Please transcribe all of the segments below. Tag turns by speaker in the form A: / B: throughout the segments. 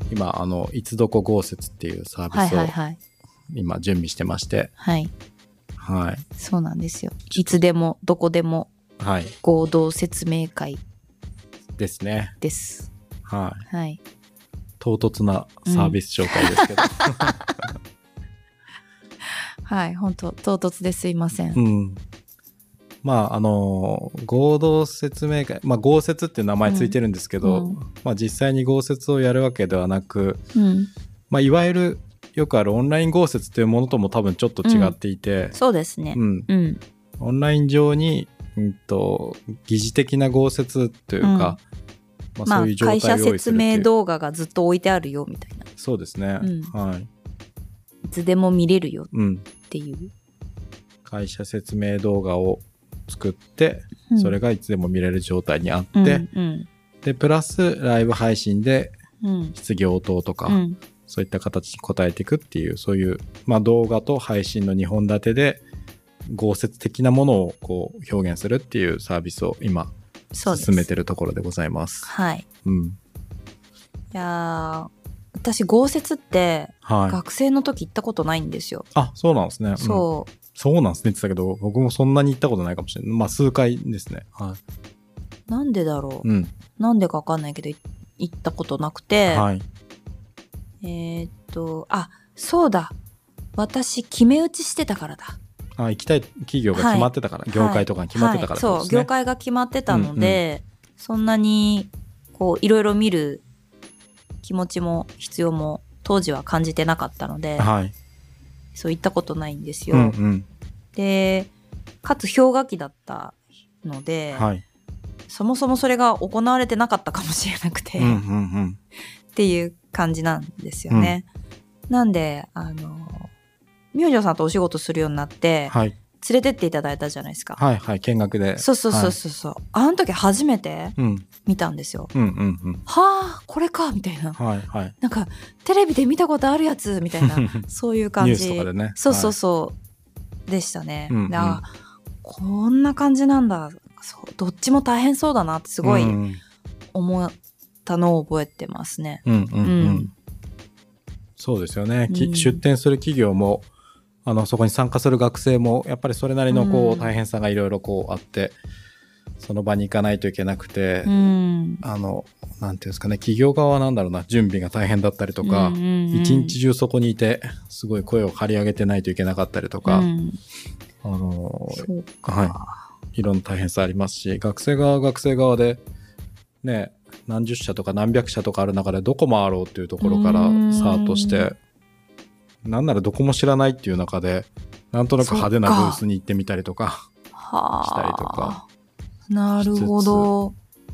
A: 今いつどこ豪雪っていうサービスを今準備してまして、
B: はい
A: はい、
B: そうなんですよ。いつでもどこでも合同説明会
A: ですね。
B: です。
A: はい。
B: はい。
A: 唐突なサービス紹介ですけど。
B: はい、本当唐突ですいません。
A: うん。まあ合同説明会、まあ豪雪っていう名前ついてるんですけど、まあ実際に豪雪をやるわけではなく、まあいわゆるよくあるオンライン豪雪というものとも多分ちょっと違っていて、
B: そうですね。
A: オンライン上に疑似的な豪雪というか、まあそういう状態を用意するっていう、
B: 会社説明動画がずっと置いてあるよみたいな。
A: そうですね。はい。
B: いつでも見れるよっていう。
A: 会社説明動画を作って、それがいつでも見れる状態にあって、でプラスライブ配信で質疑応答とか、そういった形に答えていくっていう、そういう、まあ、動画と配信の2本立てで豪雪的なものをこう表現するっていうサービスを今進めてるところでございます。
B: はい。いや私豪雪って学生の時行ったことないんですよ。
A: あ、そうなんですね。そうなんですねって言ったけど、僕もそんなに行ったことないかもしれない。まあ数回ですね。はい。
B: なんでだろう。なんでか分かんないけど行ったことなくて。はい。あ、そうだ。私決め打ちしてたからだ。
A: あ、行きたい企業が決まってたから、業界とかに決まってたからですね。
B: そう、業界が決まってたので、そんなにこういろいろ見る気持ちも必要も当時は感じてなかったので、そう行ったことないんですよ。で、かつ氷河期だったので、そもそもそれが行われてなかったかもしれなくて、っていう感じなんですよね。なんで明星さんとお仕事するようになって、連れてっていただいたじゃないですか。
A: はいはい、見学で。
B: そう、あの時初めて見たんですよ。はあ、これかみたいな、なんかテレビで見たことあるやつみたいなそういう感じ。
A: ニュースとかでね。
B: そうでしたね。あ、こんな感じなんだ。どっちも大変そうだなってすごい思ったのを覚えてますね。
A: そうですよね。出展する企業もそこに参加する学生もやっぱりそれなりのこう大変さがいろいろこうあって、その場に行かないといけなくて、なんていうんですかね、企業側はなんだろうな、準備が大変だったりとか、一日中そこにいてすごい声を張り上げてないといけなかったりとか、いろんな大変さありますし、学生側は学生側でね、何十社とか何百社とかある中でどこ回ろうっていうところからスタートして、なんならどこも知らないっていう中でなんとなく派手なブースに行ってみたりとかしたりとか。
B: なるほど。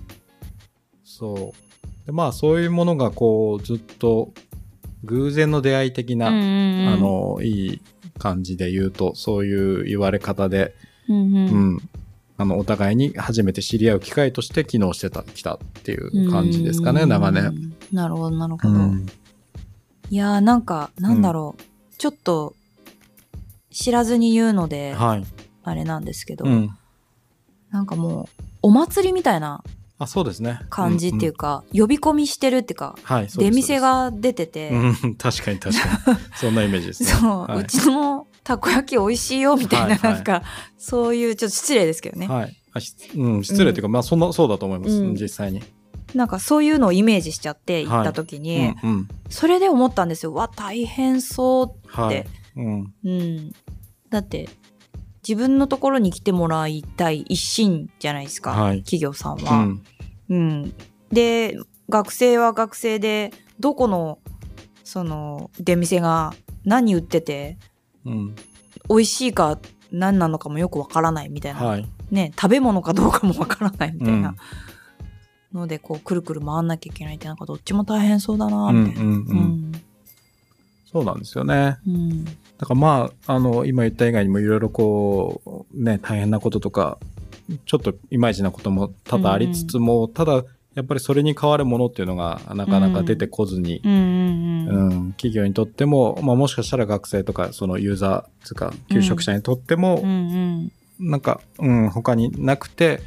A: そうで、まあそういうものがこうずっと偶然の出会い的な、いい感じで言うとそういう言われ方で、お互いに初めて知り合う機会として機能してきたっていう感じですかね、長年。
B: なるほどなるほど。いやー、なんかなんだろう、ちょっと知らずに言うので、あれなんですけど、なんかもうお祭りみたいな感じっていうか、呼び込みしてるっていうか、出店が出てて、
A: 確かにそんなイメージですね。
B: そう、うちのたこ焼き美味しいよみたいな、なんかそういうちょっと失礼ですけどね。
A: 失礼っていうか、まあそうだと思います、実際に。
B: なんかそういうのをイメージしちゃって行った時に、それで思ったんですよ。わ、大変そうって、だって自分のところに来てもらいたい一心じゃないですか、企業さんは。で、学生は学生でどこのその出店が何売ってて、美味しいか何なのかもよくわからないみたいな、ね、食べ物かどうかもわからないみたいな、のでこうくるくる回んなきゃいけないって、なんかどっちも大変そうだなみたいな。
A: そうなんですよね。だからまあ今言った以外にもいろいろこうね、大変なこととかちょっといまいちなことも多々ありつつも、ただやっぱりそれに代わるものっていうのがなかなか出てこずに、企業にとっても、まあ、もしかしたら学生とかそのユーザーとか求職者にとっても、なんか、他になくて、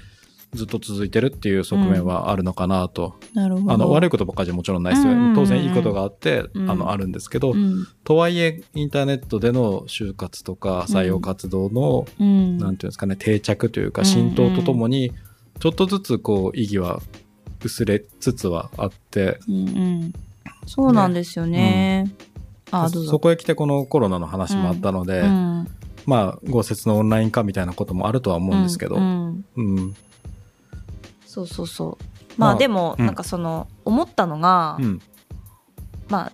A: ずっと続いてるっていう側面はあるのかなと、
B: なるほど。
A: 悪いことばっかりじゃもちろんないですよ、当然いいことがあって、あるんですけど、とはいえインターネットでの就活とか採用活動の、なんていうんですかね、定着というか浸透とともにちょっとずつこう意義は薄れつつはあって、
B: そうなんですよね。
A: そこへ来てこのコロナの話もあったので、まあ豪雪のオンライン化みたいなこともあるとは思うんですけど、
B: そうそうそう。まあでもなんかその思ったのが、まあ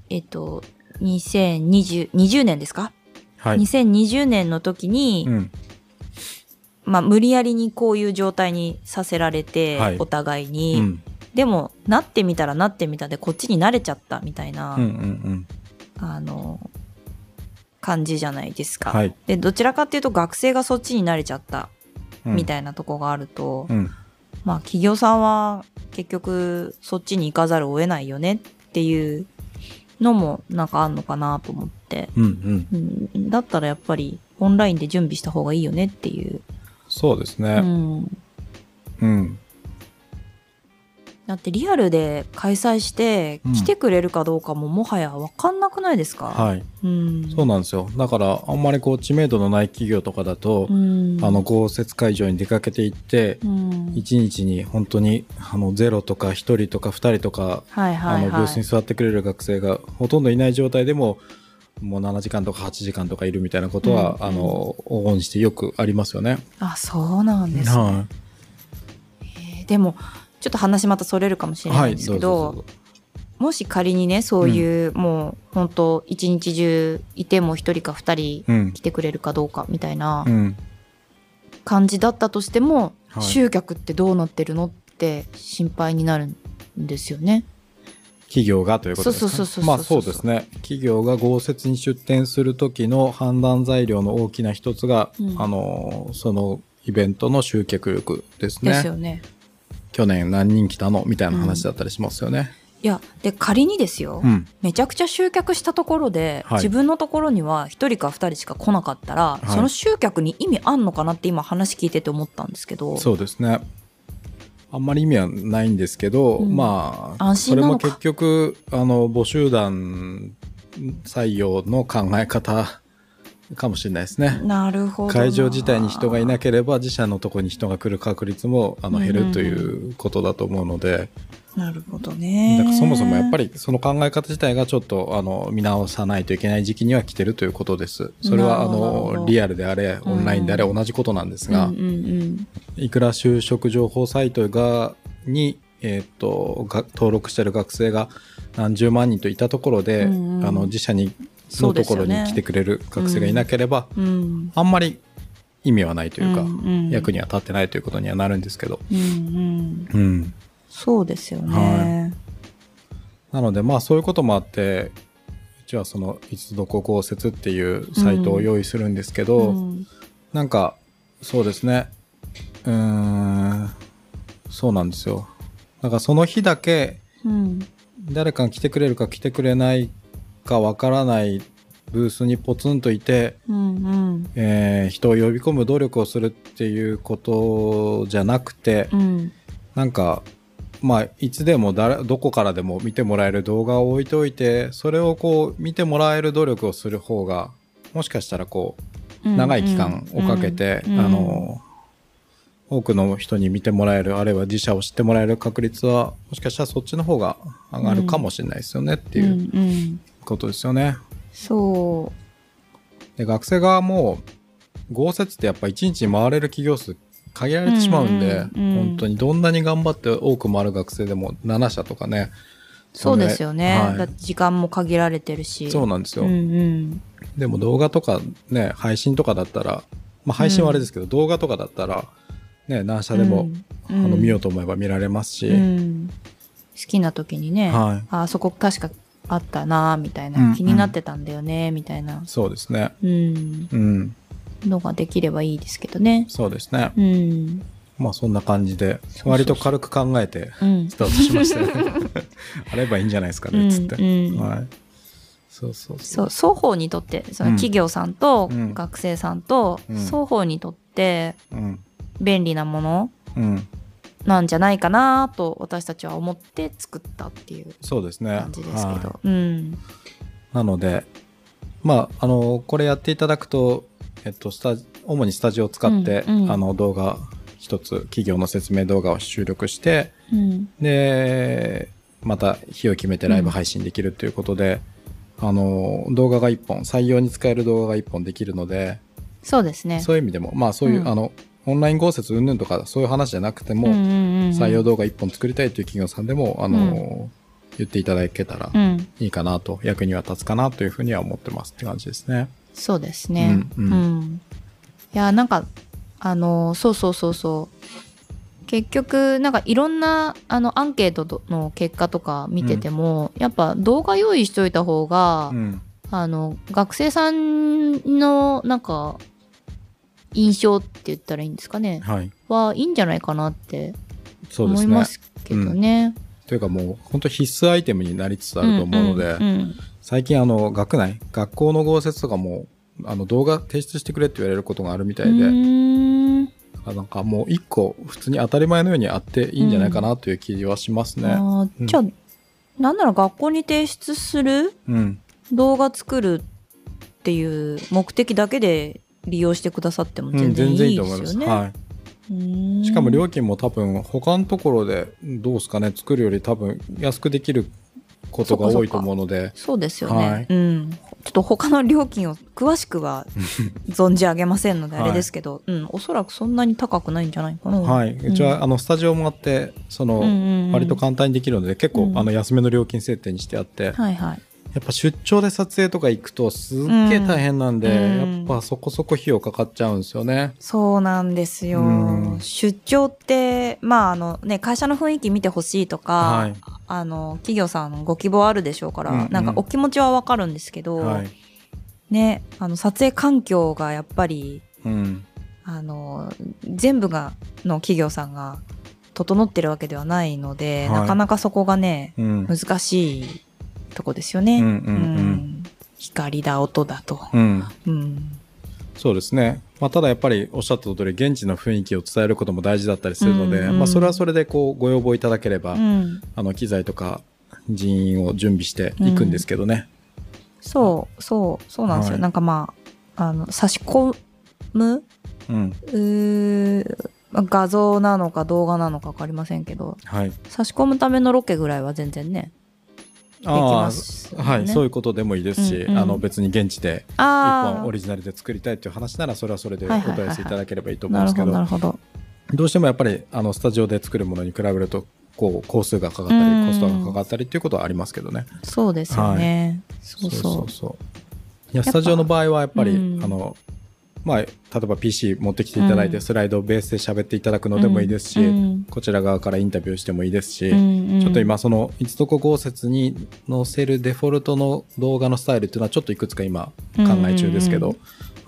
B: 2020年ですか、2020年の時に、まあ無理やりにこういう状態にさせられて、お互いに、でもなってみたらなってみたでこっちに慣れちゃったみたいな、感じじゃないですか、でどちらかっていうと学生がそっちに慣れちゃったみたいなとこがあると、まあ企業さんは結局そっちに行かざるを得ないよねっていうのもなんかあんのかなと思って、だったらやっぱりオンラインで準備した方がいいよねっていう。
A: そうですね。
B: だってリアルで開催して来てくれるかどうかももはや分かんなくないですか？
A: そうなんですよ。だからあんまりこう知名度のない企業とかだと、豪雪会場に出かけていって、1日に本当に0とか1人とか2人とか、ブースに座ってくれる学生がほとんどいない状態でももう7時間とか8時間とかいるみたいなことは、往々にしてよくありますよね。
B: そうなんですね。でもちょっと話またそれるかもしれないんですけど、もし仮にねそういう、もう本当一日中いても1人か2人来てくれるかどうかみたいな感じだったとしても、集客ってどうなってるのって心配になるんですよね。
A: 企業がということですか？まあそうですね。企業が豪雪に出店する時の判断材料の大きな一つが、そのイベントの集客力ですね。
B: ですよね。
A: 去年何人来たのみたいな話だったりしますよね。
B: いやで仮にですよ、めちゃくちゃ集客したところで、自分のところには1人か2人しか来なかったら、その集客に意味あんのかなって今話聞いてて思ったんですけど。
A: そうですね。あんまり意味はないんですけど、まあそれも結局募集団採用の考え方かもしれないですね。
B: なるほど。
A: 会場自体に人がいなければ自社のところに人が来る確率も減るということだと思うので。
B: なるほどね。
A: だからそもそもやっぱりその考え方自体がちょっと見直さないといけない時期には来てるということです。それはリアルであれオンラインであれ同じことなんですが、いくら就職情報サイトに登録してる学生が何十万人といたところで、自社のところに来てくれる学生がいなければ、あんまり意味はないというか、役には立ってないということにはなるんですけど、
B: そうですよね。
A: なのでまあそういうこともあってうちはそのいつどこ豪雪っていうサイトを用意するんですけど、なんかそうですね、そうなんですよ。だからその日だけ誰かが来てくれるか来てくれないかわからないブースにポツンといて、人を呼び込む努力をするっていうことじゃなくて、なんかまあいつでもどこからでも見てもらえる動画を置いておいて、それをこう見てもらえる努力をする方がもしかしたらこう長い期間をかけて多くの人に見てもらえる、あるいは自社を知ってもらえる確率はもしかしたらそっちの方が上がるかもしれないですよねっていうことですよね。
B: そう
A: で学生側も豪雪ってやっぱ1日に回れる企業数限られてしまうんで、本当にどんなに頑張って多く回る学生でも7社とかね。
B: そうですよね、だって時間も限られてるし。
A: そうなんですよ、でも動画とかね配信とかだったら、まあ、配信はあれですけど、動画とかだったらね何社でも、見ようと思えば見られますし、
B: 好きな時にね、あそこ確かあったなみたいな、気になってたんだよねみたいな。
A: そうですね。
B: のができればいいですけどね。
A: そうですね。まあそんな感じで割と軽く考えてスタートしましたよね。あればいいんじゃないですかねつって。
B: そう双方にとってその企業さんと学生さんと双方にとって便利なものなんじゃないかなと私たちは思って作ったっていう
A: そうですね
B: 感じですけど、
A: はいなのでこれやっていただくと、主にスタジオを使って、動画一つ企業の説明動画を収録して、でまた日を決めてライブ配信できるということで、動画が1本採用に使える動画が1本できるので、
B: そうですね、
A: そういう意味でもそういう、オンライン豪雪云々とかそういう話じゃなくても、採用動画1本作りたいという企業さんでも言っていただけたらいいかなと、役には立つかなというふうには思ってますって感じですね。
B: そうですね。いやなんかそう結局なんかいろんなアンケートの結果とか見てても、やっぱ動画用意しといた方が、学生さんのなんか印象って言ったらいいんですかね、はいいんじゃないかなって思いますけどね。
A: というかもう本当必須アイテムになりつつあると思うので、最近学校の豪雪とかも動画提出してくれって言われることがあるみたいで、なんかもう一個普通に当たり前のようにあっていいんじゃないかなという気はしますね。
B: じゃあなんなら学校に提出する、動画作るっていう目的だけで利用してくださっても全然いいですよね。全然いいと思います。はい。
A: しかも料金も多分他のところでどうですかね、作るより多分安くできることが多いと思うので。
B: そうですよね。ちょっと他の料金を詳しくは存じ上げませんのであれですけど、おそらくそんなに高くないんじゃないかな。
A: はい。うちはスタジオもあって割と簡単にできるので、結構安めの料金設定にしてあって。やっぱ出張で撮影とか行くとすっげえ大変なんで、やっぱそこそこ費用かかっちゃうんですよね。
B: そうなんですよ。出張って会社の雰囲気見てほしいとか、企業さんご希望あるでしょうから、なんかお気持ちはわかるんですけど、ね、撮影環境がやっぱり、全部の企業さんが整ってるわけではないので、なかなかそこがね、難しいとこですよね。光だ音だと、
A: そうですね。ただやっぱりおっしゃった通り現地の雰囲気を伝えることも大事だったりするので、それはそれでご要望いただければ、機材とか人員を準備していくんですけどね。
B: そうなんですよ。なんか差し込む、画像なのか動画なのか分かりませんけど、差し込むためのロケぐらいは全然ねできますよね。
A: そういうことでもいいですし、別に現地で一本オリジナルで作りたいという話ならそれはそれでお問い合わせいただければいいと思うんですけど、どうしてもやっぱりスタジオで作るものに比べると工数がかかったりコストがかかったりっていうことはありますけどね。
B: そうですよね。
A: いやスタジオの場合はやっぱり例えば PC 持ってきていただいてスライドをベースで喋っていただくのでもいいですし、こちら側からインタビューしてもいいですし、ちょっと今いつどこ豪雪に載せるデフォルトの動画のスタイルっていうのはちょっといくつか今考え中ですけど、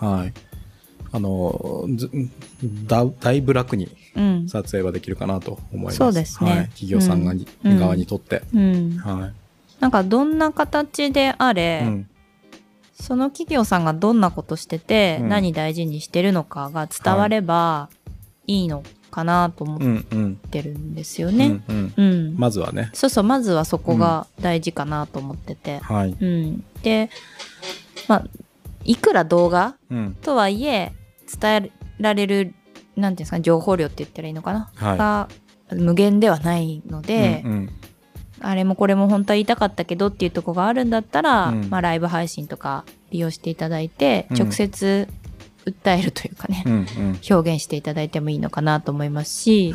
A: だいぶ楽に撮影はできるかなと思います。
B: そうですね。
A: 企業さん側にとって、
B: なんかどんな形であれ、その企業さんがどんなことしてて、何大事にしてるのかが伝わればいいのかなと思ってるんですよね。
A: まずはね。
B: まずはそこが大事かなと思ってて。で、いくら動画とはいえ伝えられるなんていうんですか、情報量って言ったらいいのかな、が無限ではないので。あれもこれも本当は言いたかったけどっていうところがあるんだったら、ライブ配信とか利用していただいて、直接訴えるというかね、表現していただいてもいいのかなと思いますし、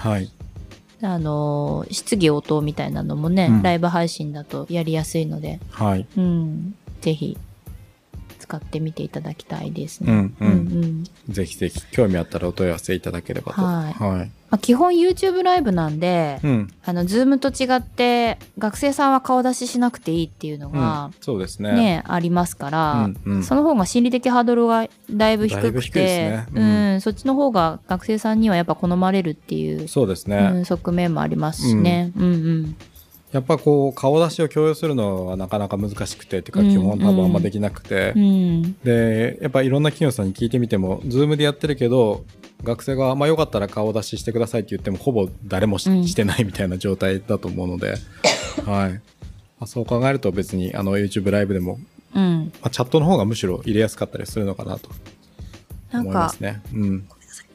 B: 質疑応答みたいなのもね、ライブ配信だとやりやすいので、ぜひ使ってみていただきたいですね。
A: ぜひぜひ興味あったらお問い合わせいただければと。
B: 基本 YouTube ライブなんで、Zoom と違って学生さんは顔出ししなくていいっていうのが、
A: そうですね、
B: ありますから、その方が心理的ハードルがだいぶ低くて、そっちの方が学生さんにはやっぱ好まれるっていう、
A: そうですね、
B: 側面もありますしね。
A: やっぱ顔出しを強要するのはなかなか難しくてっていうか、基本多分あんまできなくて、でやっぱいろんな企業さんに聞いてみても Zoom でやってるけど学生が、よかったら顔出ししてくださいって言ってもほぼ誰もしてないみたいな状態だと思うので、はい。そう考えると別にYouTube ライブでも、チャットの方がむしろ入れやすかったりするのかなと思いますね。ごめんな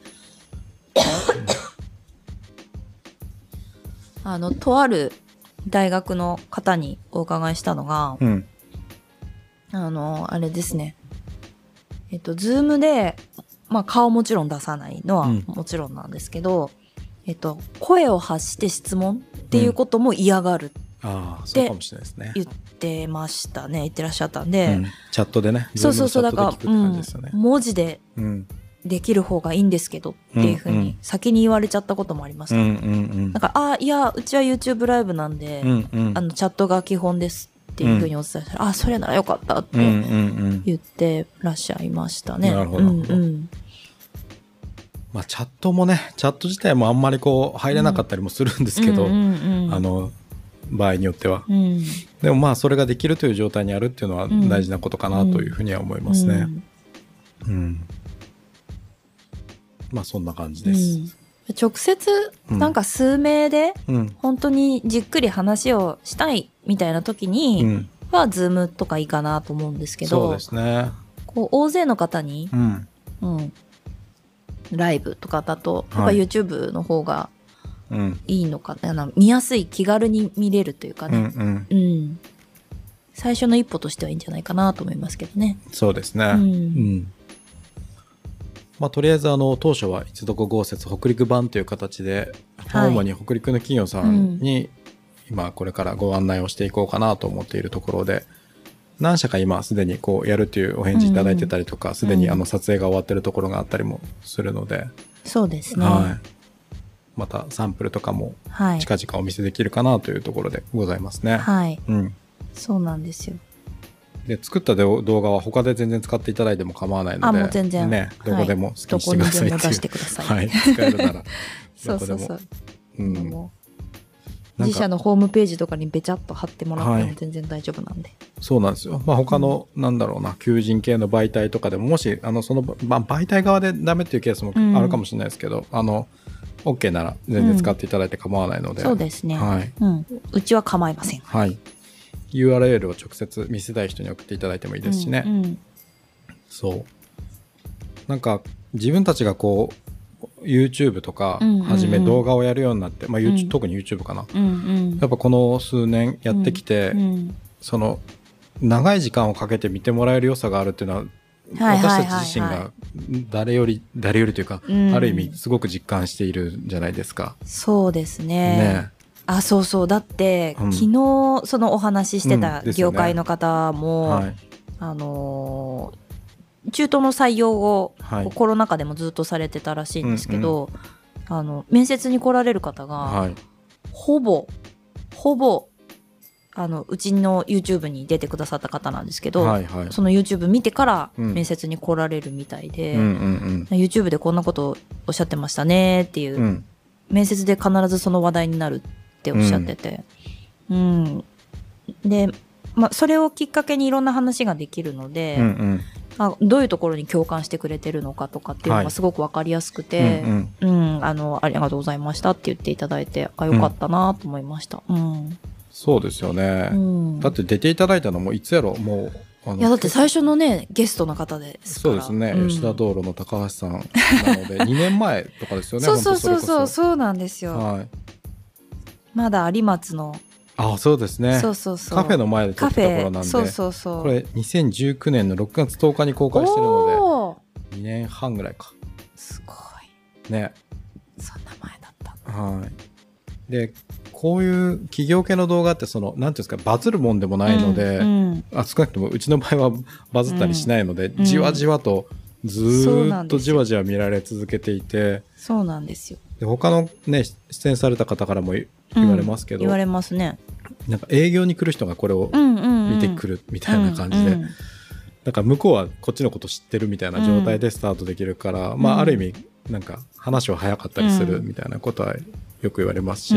B: さい。とある大学の方にお伺いしたのが、あれですね。Zoom で、顔もちろん出さないのはもちろんなんですけど、声を発して質問っていうことも嫌がるって言ってましたね。言ってらっしゃったんで、
A: チャットでね。
B: そうだから、文字でできる方がいいんですけどっていうふうに先に言われちゃったこともありました。だからいやうちは YouTube ライブなんで、チャットが基本ですっていうふうにお伝えしたら、それならよかったって言ってらっしゃいましたね。
A: なるほど。チャットもね、チャット自体もあんまりこう入れなかったりもするんですけど、場合によっては、でもそれができるという状態にあるっていうのは大事なことかなというふうには思いますね。そんな感じです。
B: 直接なんか数名で本当にじっくり話をしたいみたいな時には Zoom とかいいかなと思うんですけど、
A: そうですね。
B: こう大勢の方に、ライブとかだとやっぱ YouTube の方がいいのかな、見やすい、気軽に見れるというかね、最初の一歩としてはいいんじゃないかなと思いますけどね。
A: そうですね。とりあえず当初は一読豪雪北陸版という形で、主に北陸の企業さんに今これからご案内をしていこうかなと思っているところで、何社か今すでにこうやるというお返事いただいてたりとか、すでに撮影が終わってるところがあったりもするので、
B: そうですね。
A: またサンプルとかも近々お見せできるかなというところでございますね。そうなんですよ。で作った動画は他で全然使っていただいても構わないので、
B: もう全然
A: ね、どこでも好きにしてくださいっていう、
B: どこにでも出してください。
A: 使えるならどこでも。
B: そう自社のホームページとかにべちゃっと貼ってもらっても全然大丈夫なんで。
A: そうなんですよ。他の求人系の媒体とかでも、もしその、媒体側でダメっていうケースもあるかもしれないですけど、OK なら全然使っていただいて構わないので、
B: そうですね。うちは構いません。
A: URL を直接見せたい人に送っていただいてもいいですしね。そうなんか自分たちがこう YouTube とかはじめ動画をやるようになって、特に YouTube かな、やっぱこの数年やってきて、その長い時間をかけて見てもらえる良さがあるっていうのは、私たち自身が誰よりというか、ある意味すごく実感しているんじゃないですか。
B: そうですね。そうだって、昨日そのお話ししてた業界の方も、中東の採用をコロナ禍でもずっとされてたらしいんですけど、面接に来られる方が、ほぼうちの YouTube に出てくださった方なんですけど、その YouTube 見てから面接に来られるみたいで、YouTube でこんなことおっしゃってましたねっていう、面接で必ずその話題になるっておっしゃってて、で、それをきっかけにいろんな話ができるので、どういうところに共感してくれてるのかとかっていうのがすごく分かりやすくて、ありがとうございましたって言っていただいて、よかったなと思いました。
A: そうですよね。だって出ていただいたのもいつやろ、もう
B: だって最初のねゲストの方ですから。
A: そうですね、吉田道路の高橋さんなので2年前とかですよね。
B: そうなんですよ。まだ有松の
A: そうですね。カフェの前で撮ったところなんで、これ2019年の6月10日に公開してるので2年半ぐらいか。
B: すごい
A: ね。
B: そんな前だった。
A: でこういう企業系の動画ってなんていうんですか、バズるもんでもないので、少なくともうちの場合はバズったりしないので、じわじわとずーっとじわじわ見られ続けていて。
B: そうなんですよ。
A: で他のね出演された方からも言われますけど、
B: 言われますね。
A: なんか営業に来る人がこれを見てくるみたいな感じで、だから向こうはこっちのこと知ってるみたいな状態でスタートできるから、ある意味なんか話は早かったりするみたいなことはよく言われますし、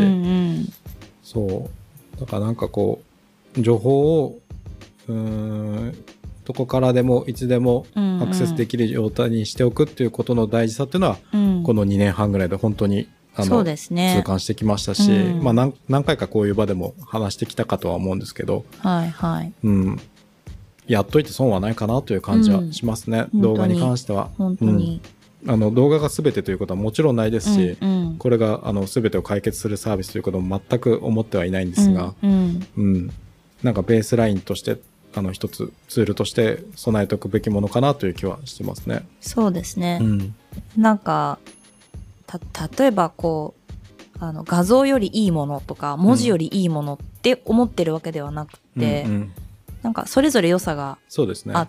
A: そうだからなんかこう情報をどこからでもいつでもアクセスできる状態にしておくっていうことの大事さっていうのは、この2年半ぐらいで本当に
B: そうですね、
A: 痛感してきましたし、まあ何回かこういう場でも話してきたかとは思うんですけど、
B: はいはい、
A: やっといて損はないかなという感じはしますね、動画に関しては。
B: 本当に、
A: 動画が全てということはもちろんないですし、これが全てを解決するサービスということも全く思ってはいないんですが、なんかベースラインとして一つツールとして備えておくべきものかなという気はしてますね。
B: そうですね、なんか例えばこう画像よりいいものとか文字よりいいものって思ってるわけではなくて、なんかそれぞれ良さがあって、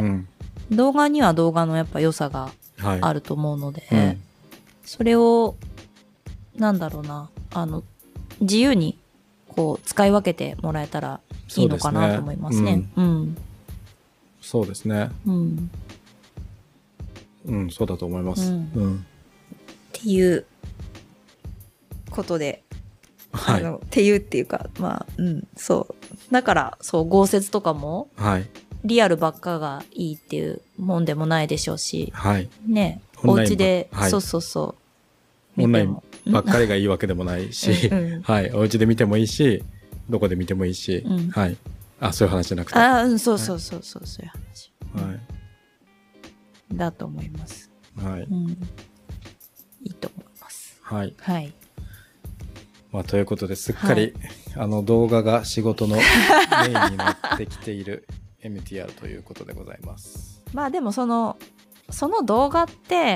B: 動画には動画のやっぱ良さがあると思うので、それをなんだろうな、自由にこう使い分けてもらえたらいいのかなと思いますね。
A: そうですね。そうだと思います。
B: っていうことで、っていうっていうか、まあ、そうだからそう豪雪とかも、リアルばっかがいいっていうもんでもないでしょうし、ね、お家で、そうそうそう
A: オンラインばっかりがいいわけでもないし、お家で見てもいいし、どこで見てもいいし、そういう話じゃなくて、
B: そういう話、だと思います。いいと思います。
A: まあ、ということですっかり、動画が仕事のメインになってきているMTR ということでございます。
B: まあでもその動画って、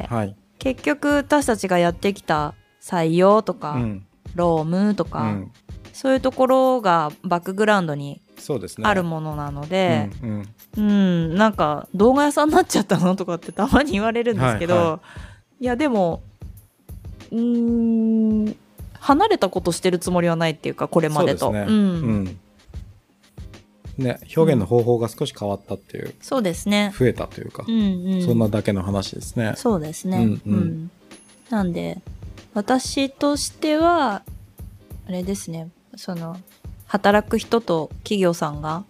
B: 結局私たちがやってきた採用とか、労務とか、そういうところがバックグラウンドにあるものなので、なんか動画屋さんになっちゃったのとかってたまに言われるんですけど、いやでも離れたことしてるつもりはないっていうか、これまでと。
A: ね、表現の方法が少し変わったっていう、
B: そうですね、
A: 増えたというか、そんなだけの話ですね。
B: そうですね。なんで私としてはあれですね、その働く人と企業さんが、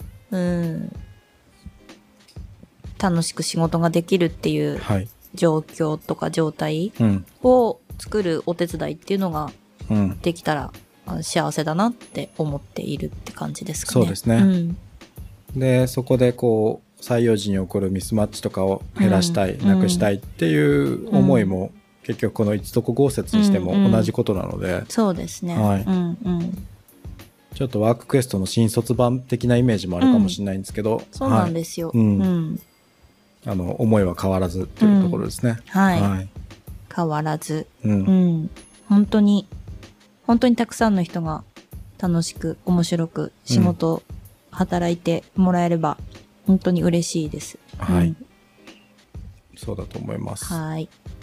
B: 楽しく仕事ができるっていう状況とか状態を作るお手伝いっていうのができたら幸せだなって思っているって感じですかね。
A: そうですね。でそこでこう採用時に起こるミスマッチとかを減らしたい、なくしたいっていう思いも、結局この一徳豪雪にしても同じことなので、
B: そうですね。
A: ちょっとワーククエストの新卒版的なイメージもあるかもしれないんですけど、
B: そうなんですよ。
A: 思いは変わらずというところですね。
B: 変わらず、本当にたくさんの人が楽しく面白く仕事、働いてもらえれば本当に嬉しいです。
A: そうだと思います。